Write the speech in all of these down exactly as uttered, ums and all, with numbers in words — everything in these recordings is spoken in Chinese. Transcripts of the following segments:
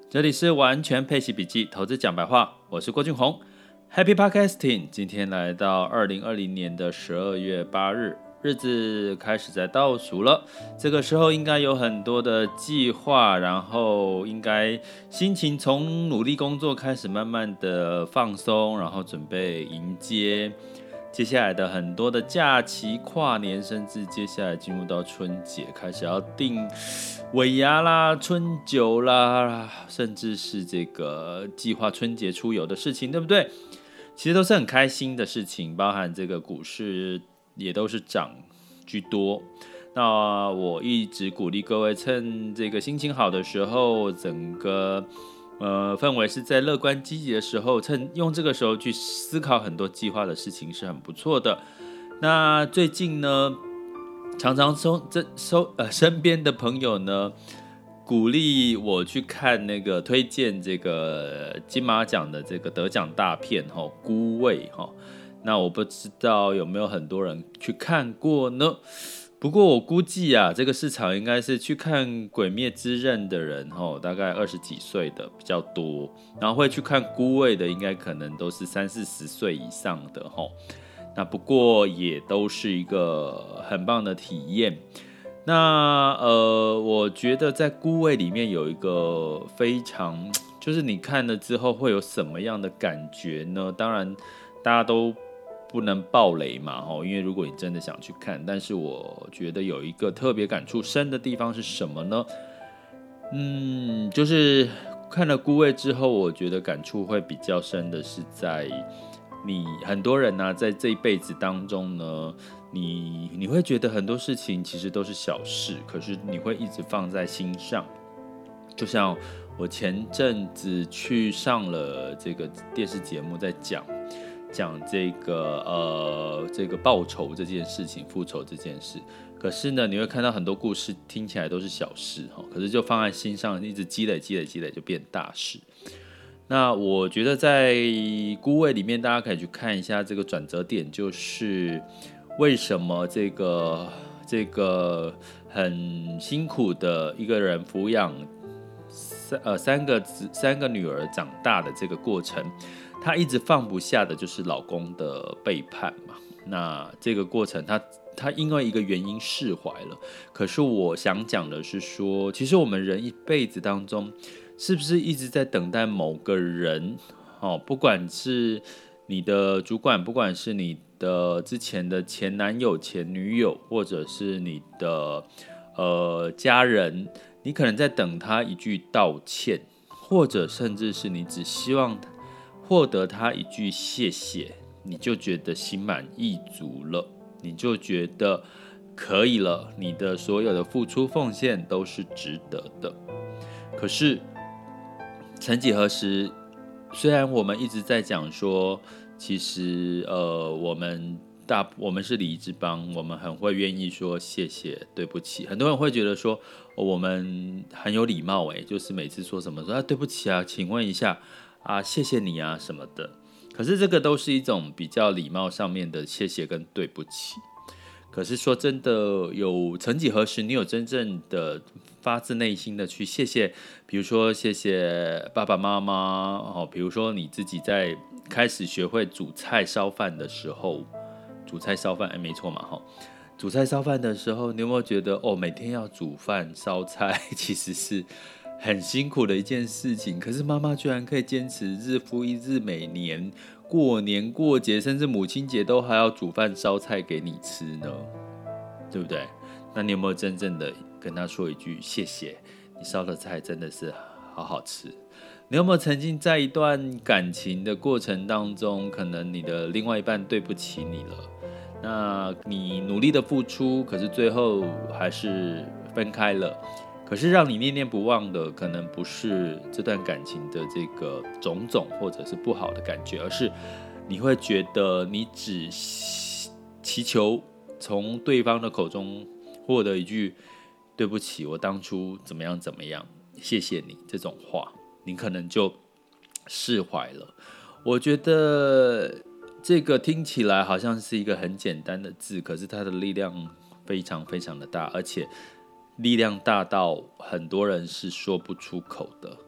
这里是完全配息笔记投资讲白话，我是郭俊宏 ，Happy Podcasting。今天来到二零二零年的十二月八日，日子开始在倒数了。这个时候应该有很多的计划，然后应该心情从努力工作开始慢慢的放松，然后准备迎接接下来的很多的假期、跨年，甚至接下来进入到春节，开始要订尾牙啦、春酒啦，甚至是这个计划春节出游的事情，对不对？其实都是很开心的事情，包含这个股市也都是涨居多。那我一直鼓励各位，趁这个心情好的时候，整个呃，氛围是在乐观积极的时候，趁用这个时候去思考很多计划的事情是很不错的。那最近呢，常常收这收呃身边的朋友呢，鼓励我去看那个推荐这个金马奖的这个得奖大片哈，《孤味》哈。那我不知道有没有很多人去看过呢？不过我估计啊，这个市场应该是去看《鬼灭之刃》的人，大概二十几岁的比较多，然后会去看《孤味》的，应该可能都是三四十岁以上的。那不过也都是一个很棒的体验。那呃，我觉得在《孤味》里面有一个非常，就是你看了之后会有什么样的感觉呢？当然，大家都不能爆雷嘛，因为如果你真的想去看，但是我觉得有一个特别感触深的地方是什么呢？嗯，就是看了《孤味》之后，我觉得感触会比较深的是在你很多人呢、啊，在这一辈子当中呢，你你会觉得很多事情其实都是小事，可是你会一直放在心上。就像我前阵子去上了这个电视节目，在讲。讲这个呃这个报仇这件事情，复仇这件事，可是呢，你会看到很多故事听起来都是小事哈，可是就放在心上，一直积累积累积累就变大事。那我觉得在《孤味》里面，大家可以去看一下这个转折点，就是为什么这个这个很辛苦的一个人抚养三呃三个子三个女儿长大的这个过程。她一直放不下的就是老公的背叛嘛，那这个过程她她因为一个原因释怀了，可是我想讲的是说，其实我们人一辈子当中，是不是一直在等待某个人？哦，不管是你的主管，不管是你的之前的前男友、前女友，或者是你的呃家人，你可能在等他一句道歉，或者甚至是你只希望获得他一句谢谢，你就觉得心满意足了，你就觉得可以了，你的所有的付出奉献都是值得的。可是曾几何时，虽然我们一直在讲说，其实呃，我们大我们是礼仪之邦，我们很会愿意说谢谢、对不起。很多人会觉得说，哦、我们很有礼貌，哎，就是每次说什么说啊对不起啊，请问一下。啊，谢谢你啊什么的，可是这个都是一种比较礼貌上面的谢谢跟对不起。可是说真的，有曾几何时，你有真正的发自内心的去谢谢，比如说谢谢爸爸妈妈哦，比如说你自己在开始学会煮菜烧饭的时候，煮菜烧饭，哎，没错嘛，哈，煮菜烧饭的时候，你有没有觉得哦，每天要煮饭烧菜，其实是很辛苦的一件事情，可是妈妈居然可以坚持日复一日，每年过年过节，甚至母亲节都还要煮饭烧菜给你吃呢，对不对？那你有没有真正的跟她说一句谢谢？你烧的菜真的是好好吃。你有没有曾经在一段感情的过程当中，可能你的另外一半对不起你了，那你努力的付出，可是最后还是分开了。可是让你念念不忘的，可能不是这段感情的这个种种，或者是不好的感觉，而是你会觉得你只祈求从对方的口中获得一句对不起，我当初怎么样怎么样，谢谢你这种话，你可能就释怀了。我觉得这个听起来好像是一个很简单的字，可是它的力量非常非常的大，而且力量大到很多人是说不出口的。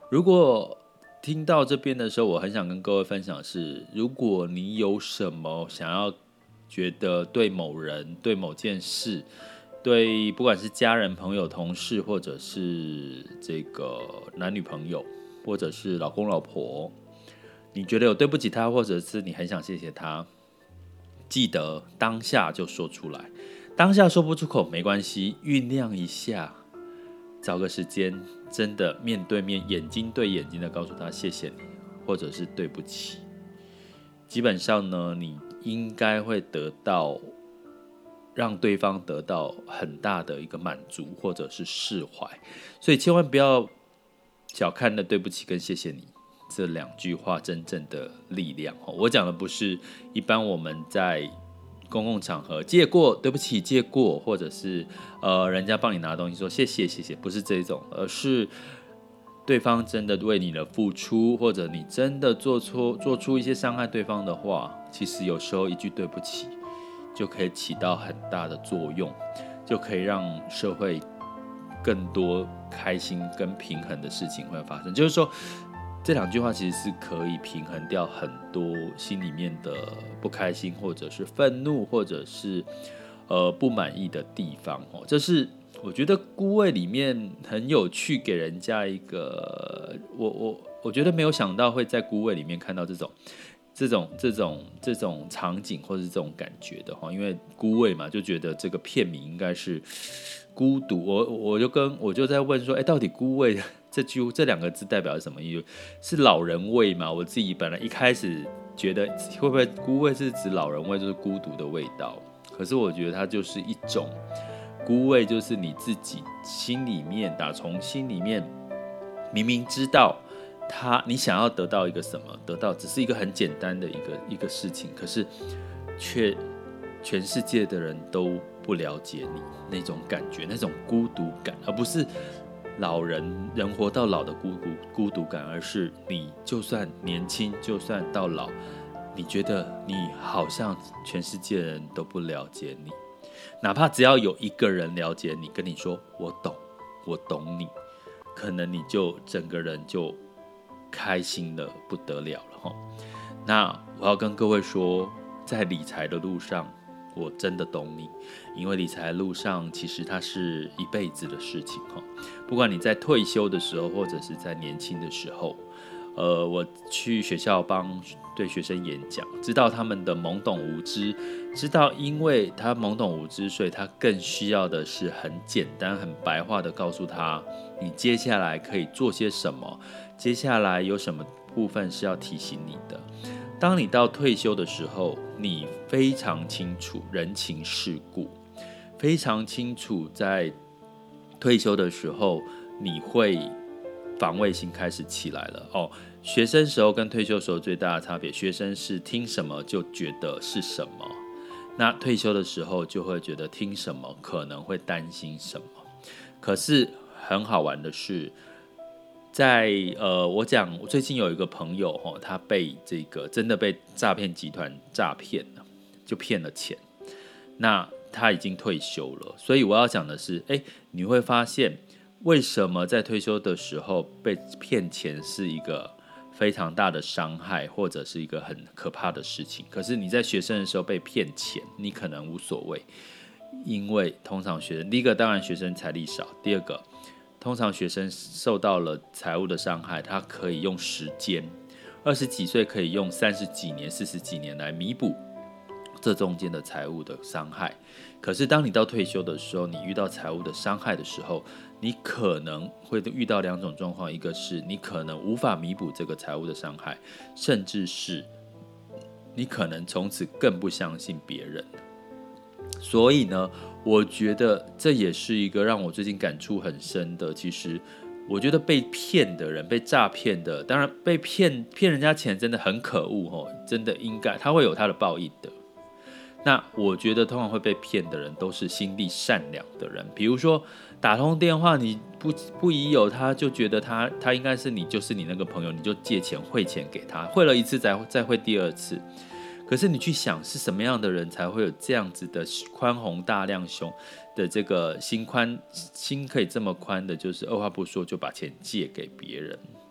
如果听到这边的时候，我很想跟各位分享的是，如果你有什么想要觉得对某人、对某件事、对不管是家人、朋友、同事，或者是这个男女朋友，或者是老公老婆，你觉得有对不起他，或者是你很想谢谢他，记得当下就说出来。当下说不出口没关系，酝酿一下，找个时间，真的面对面、眼睛对眼睛的告诉他谢谢你，或者是对不起。基本上呢，你应该会得到让对方得到很大的一个满足，或者是释怀。所以千万不要小看了对不起跟谢谢你这两句话真正的力量。我讲的不是一般我们在公共场合借过对不起借过，或者是呃人家帮你拿东西说谢谢谢谢，不是这种，而是对方真的为你的付出，或者你真的做错做出一些伤害对方的话，其实有时候一句对不起就可以起到很大的作用，就可以让社会更多开心跟平衡的事情会发生。就是说这两句话其实是可以平衡掉很多心里面的不开心，或者是愤怒，或者是呃不满意的地方。这是我觉得孤味里面很有趣，给人家一个我我我觉得没有想到会在孤味里面看到这种这种这种这种场景或是这种感觉的。因为孤味嘛，就觉得这个片名应该是孤独。我我就跟我就在问说，哎，到底孤味这句这两个字代表什么意思？是老人味吗？我自己本来一开始觉得会不会孤味是指老人味，就是孤独的味道？可是我觉得它就是一种孤味，就是你自己心里面打从心里面明明知道他你想要得到一个什么，得到只是一个很简单的一个一个事情，可是却全世界的人都不了解你那种感觉，那种孤独感，而不是老人人活到老的孤独孤独感，而是你就算年轻，就算到老，你觉得你好像全世界人都不了解你，哪怕只要有一个人了解你，跟你说我懂，我懂你，可能你就整个人就开心的不得了了。那我要跟各位说，在理财的路上我真的懂你，因为理财的路上其实它是一辈子的事情。不管你在退休的时候，或者是在年轻的时候，呃，我去学校帮对学生演讲，知道他们的懵懂无知，知道因为他懵懂无知，所以他更需要的是很简单很白话的告诉他，你接下来可以做些什么，接下来有什么部分是要提醒你的。当你到退休的时候，你非常清楚人情世故，非常清楚在退休的时候你会防卫心开始起来了。哦，学生时候跟退休时候最大的差别，学生是听什么就觉得是什么，那退休的时候就会觉得听什么可能会担心什么。可是很好玩的是，在呃，我讲我最近有一个朋友，哦，他被这个真的被诈骗集团诈骗了，就骗了钱。那他已经退休了，所以我要讲的是，哎，你会发现为什么在退休的时候被骗钱是一个非常大的伤害，或者是一个很可怕的事情。可是你在学生的时候被骗钱，你可能无所谓，因为通常学生，第一个当然学生财力少，第二个通常学生受到了财务的伤害，他可以用时间，二十几岁可以用三十几年、四十几年来弥补这中间的财务的伤害。可是当你到退休的时候，你遇到财务的伤害的时候，你可能会遇到两种状况，一个是你可能无法弥补这个财务的伤害，甚至是你可能从此更不相信别人。所以呢，我觉得这也是一个让我最近感触很深的。其实我觉得被骗的人，被诈骗的，当然被骗骗人家钱真的很可恶，真的应该他会有他的报应的。那我觉得通常会被骗的人都是心地善良的人，比如说打通电话你 不, 不疑有他，就觉得他他应该是你，就是你那个朋友，你就借钱汇钱给他，汇了一次再再汇第二次。可是你去想，是什么样的人才会有这样子的宽宏大量胸的这个心宽心可以这么宽的，就是二话不说就把钱借给别人。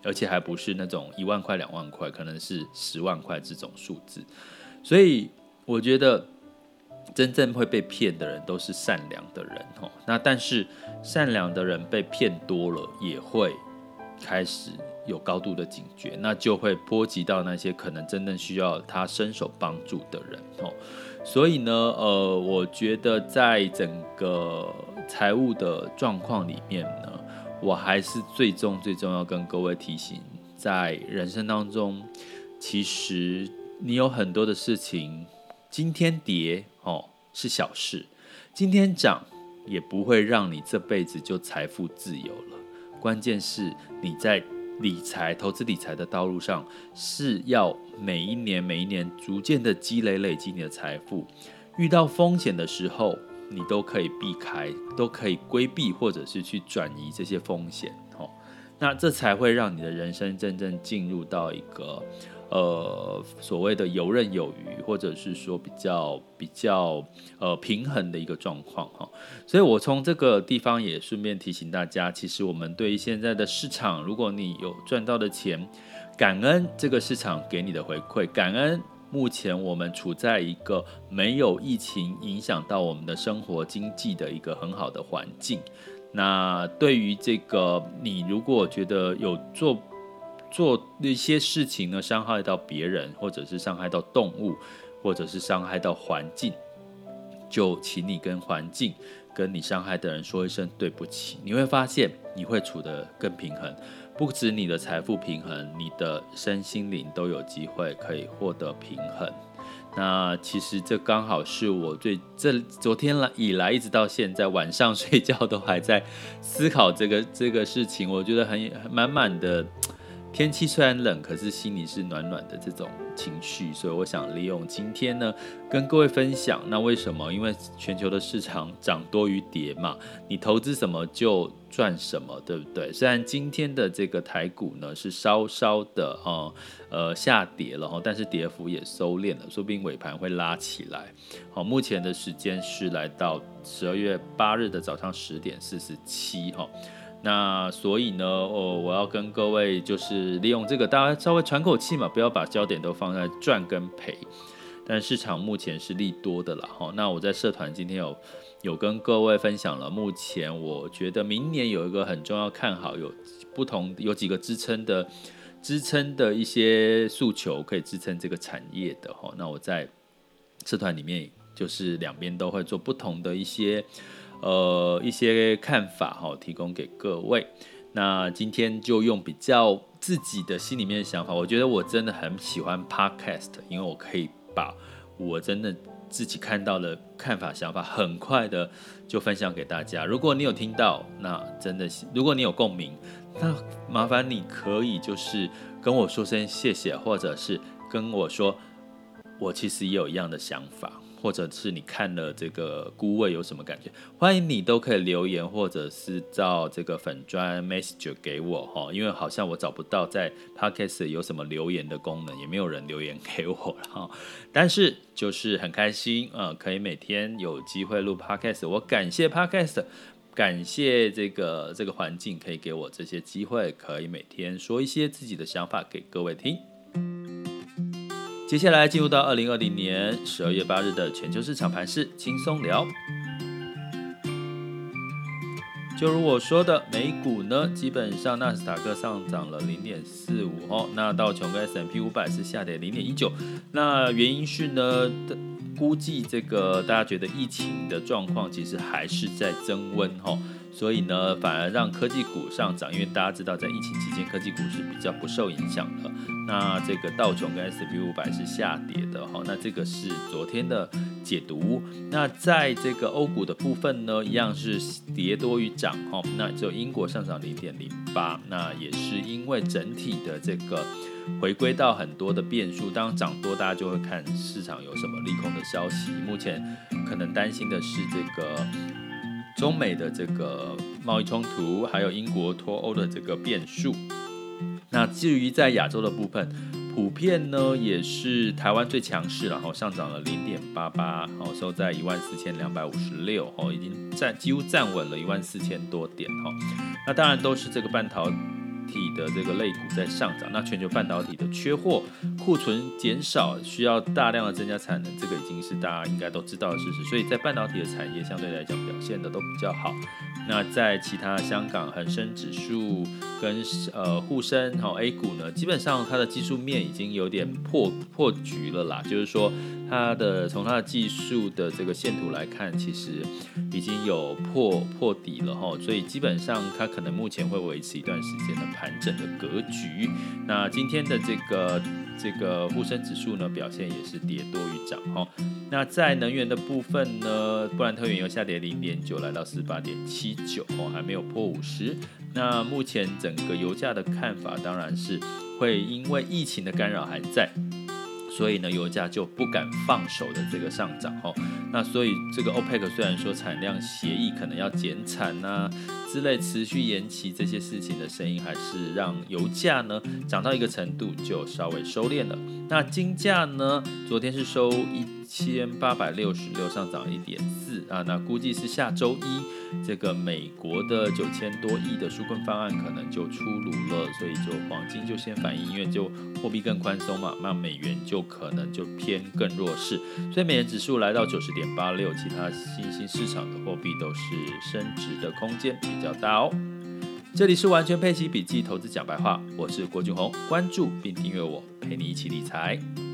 而且还不是那种一万块两万块，可能是十万块这种数字。所以我觉得真正会被骗的人都是善良的人，那但是善良的人被骗多了也会开始有高度的警觉，那就会波及到那些可能真正需要他伸手帮助的人。所以呢，呃，我觉得在整个财务的状况里面呢，我还是最终最重要跟各位提醒，在人生当中，其实你有很多的事情，今天跌哦是小事，今天涨也不会让你这辈子就财富自由了。关键是你在理财、投资理财的道路上，是要每一年每一年逐渐的积累累积你的财富，遇到风险的时候，你都可以避开，都可以规避，或者是去转移这些风险，哦，那这才会让你的人生真正进入到一个呃所谓的游刃有余，或者是说比较比较呃平衡的一个状况哈。所以我从这个地方也顺便提醒大家，其实我们对于现在的市场，如果你有赚到的钱，感恩这个市场给你的回馈，感恩目前我们处在一个没有疫情影响到我们的生活经济的一个很好的环境。那对于这个你如果觉得有做做一些事情呢，伤害到别人，或者是伤害到动物，或者是伤害到环境，就请你跟环境跟你伤害的人说一声对不起，你会发现你会处得更平衡，不止你的财富平衡，你的身心灵都有机会可以获得平衡。那其实这刚好是我最这昨天以来一直到现在晚上睡觉都还在思考这个这个事情，我觉得很满满的。天气虽然冷，可是心里是暖暖的这种情绪，所以我想利用今天呢，跟各位分享。那为什么？因为全球的市场涨多于跌嘛，你投资什么就赚什么，对不对？虽然今天的这个台股呢是稍稍的、呃呃、下跌了，但是跌幅也收敛了，说不定尾盘会拉起来。好，目前的时间是来到十二月八日的早上十点四十七。那所以呢、哦，我要跟各位就是利用这个，大家稍微喘口气嘛，不要把焦点都放在赚跟赔。但市场目前是利多的啦，那我在社团今天有有跟各位分享了，目前我觉得明年有一个很重要看好，有不同有几个支撑的支撑的一些诉求可以支撑这个产业的。那我在社团里面就是两边都会做不同的一些。呃，一些看法哈，提供给各位。那今天就用比较自己的心里面的想法，我觉得我真的很喜欢 podcast， 因为我可以把我真的自己看到的看法、想法，很快的就分享给大家。如果你有听到，那真的，如果你有共鸣，那麻烦你可以就是跟我说声谢谢，或者是跟我说，我其实也有一样的想法。或者是你看了这个孤味有什么感觉，欢迎你都可以留言，或者是照这个粉专 message 给我，因为好像我找不到在 podcast 有什么留言的功能，也没有人留言给我，但是就是很开心、呃、可以每天有机会录 podcast， 我感谢 podcast， 感谢这个这个环境可以给我这些机会，可以每天说一些自己的想法给各位听。接下来进入到二零二零年十二月八日的全球市场盘势轻松聊。就如我说的，美股呢基本上纳斯达克上涨了 零点四五， 那道琼跟 S and P 五百 是下跌 零点一九， 那原因是呢估计这个大家觉得疫情的状况其实还是在增温，所以呢反而让科技股上涨，因为大家知道在疫情期间科技股是比较不受影响的。那这个道琼跟 S and P 五百 是下跌的，那这个是昨天的解读。那在这个欧股的部分呢，一样是跌多于涨，那只有英国上涨 零点零八， 那也是因为整体的这个回归到很多的变数，当涨多大家就会看市场有什么利空的消息，目前可能担心的是这个中美的这个贸易冲突，还有英国脱欧的这个变数。那至于在亚洲的部分，普遍呢也是台湾最强势，然后上涨了 零点八八， 收在一万四千两百五十六， 已经站几乎站稳了一万四千多点。那当然都是这个半导体的这个类股在上涨，那全球半导体的缺货、库存减少，需要大量的增加产能，这个已经是大家应该都知道的事实。所以在半导体的产业相对来讲表现的都比较好。那在其他香港恒生指数跟呃沪深、哦、A 股呢，基本上它的技术面已经有点破破局了啦，就是说它的从它的技术的这个线图来看，其实已经有破破底了哈，所以基本上它可能目前会维持一段时间的盘整的格局。那今天的这个这个沪深指数呢，表现也是跌多于涨哈。那在能源的部分呢，布兰特原油下跌 零点九，来到四十八点七九，还没有破五十。那目前整个油价的看法当然是会因为疫情的干扰还在，所以呢，油价就不敢放手的这个上涨哦。那所以这个 OPEC 虽然说产量协议可能要减产啊之类持续延期这些事情的声音，还是让油价呢涨到一个程度就稍微收敛了。那金价呢，昨天是收一千八百六十六，上涨 一点四 啊。那估计是下周一这个美国的九千多亿的纾困方案可能就出炉了，所以就黄金就先反应，因为就货币更宽松嘛，那美元就可能就偏更弱势，所以美元指数来到九十点八六，其他新兴市场的货币都是升值的空间比较大哦。这里是完全配息笔记投资讲白话，我是郭俊宏，关注并订阅我，陪你一起理财。